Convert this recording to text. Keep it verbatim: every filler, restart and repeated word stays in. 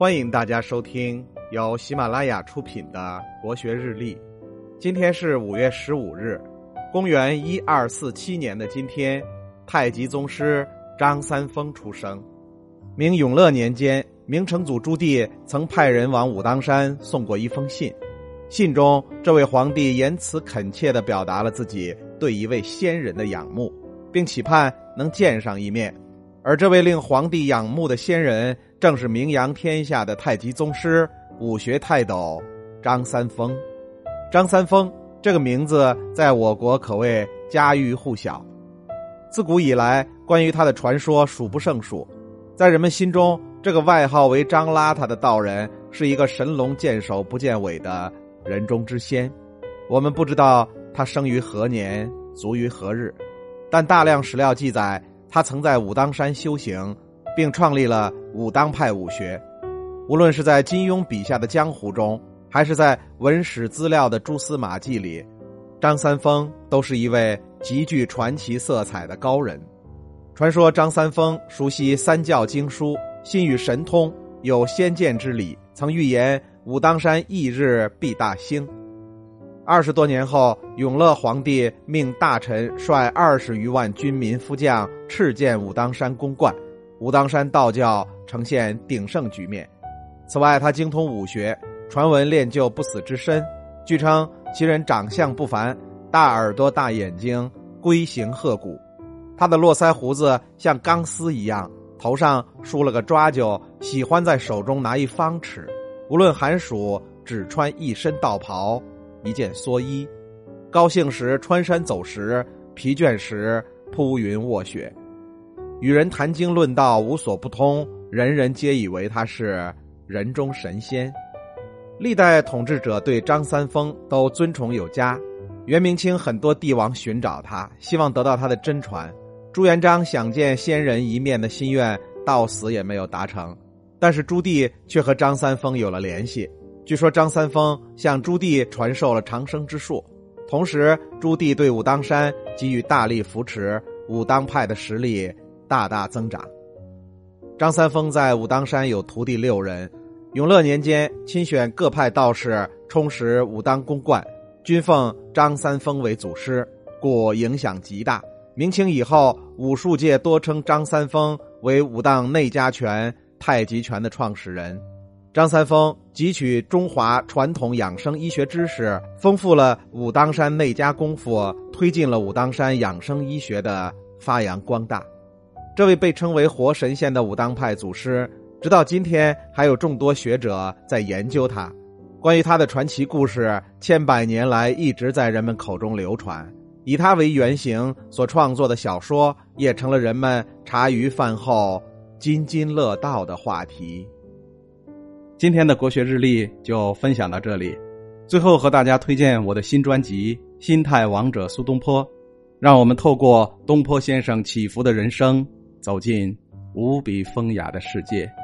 欢迎大家收听由喜马拉雅出品的国学日历。今天是五月十五日，公元一二四七年的今天，太极宗师张三丰出生。明永乐年间，明成祖朱棣曾派人往武当山送过一封信，信中这位皇帝言辞恳切地表达了自己对一位先人的仰慕，并期盼能见上一面。而这位令皇帝仰慕的先人，正是名扬天下的太极宗师、武学泰斗张三丰。张三丰这个名字在我国可谓家喻户晓，自古以来关于他的传说数不胜数。在人们心中，这个外号为张邋遢的道人是一个神龙见首不见尾的人中之仙。我们不知道他生于何年，卒于何日，但大量史料记载他曾在武当山修行，并创立了武当派武学。无论是在金庸笔下的江湖中，还是在文史资料的蛛丝马迹里，张三丰都是一位极具传奇色彩的高人。传说张三丰熟悉三教经书，心与神通，有先见之理，曾预言武当山翌日必大兴。二十多年后，永乐皇帝命大臣率二十余万军民夫将赤建武当山攻冠，武当山道教呈现鼎盛局面。此外，他精通武学，传闻练就不死之身。据称其人长相不凡，大耳朵大眼睛，龟形鹤骨。他的络腮胡子像钢丝一样，头上梳了个抓髻，喜欢在手中拿一方尺，无论寒暑只穿一身道袍，一件蓑衣，高兴时穿山走石，疲倦时铺云卧雪。与人谈经论道无所不通，人人皆以为他是人中神仙。历代统治者对张三丰都尊崇有加，元明清很多帝王寻找他，希望得到他的真传。朱元璋想见先人一面的心愿到死也没有达成，但是朱棣却和张三丰有了联系。据说张三丰向朱棣传授了长生之术，同时朱棣对武当山给予大力扶持，武当派的实力大大增长。张三丰在武当山有徒弟六人，永乐年间亲选各派道士充实武当公观，均奉张三丰为祖师，故影响极大。明清以后，武术界多称张三丰为武当内家拳、太极拳的创始人。张三丰汲取中华传统养生医学知识，丰富了武当山内家功夫，推进了武当山养生医学的发扬光大。这位被称为活神仙的武当派祖师，直到今天还有众多学者在研究他。关于他的传奇故事，千百年来一直在人们口中流传。以他为原型所创作的小说，也成了人们茶余饭后津津乐道的话题。今天的国学日历就分享到这里，最后和大家推荐我的新专辑《心态王者苏东坡》，让我们透过东坡先生起伏的人生，走进无比风雅的世界。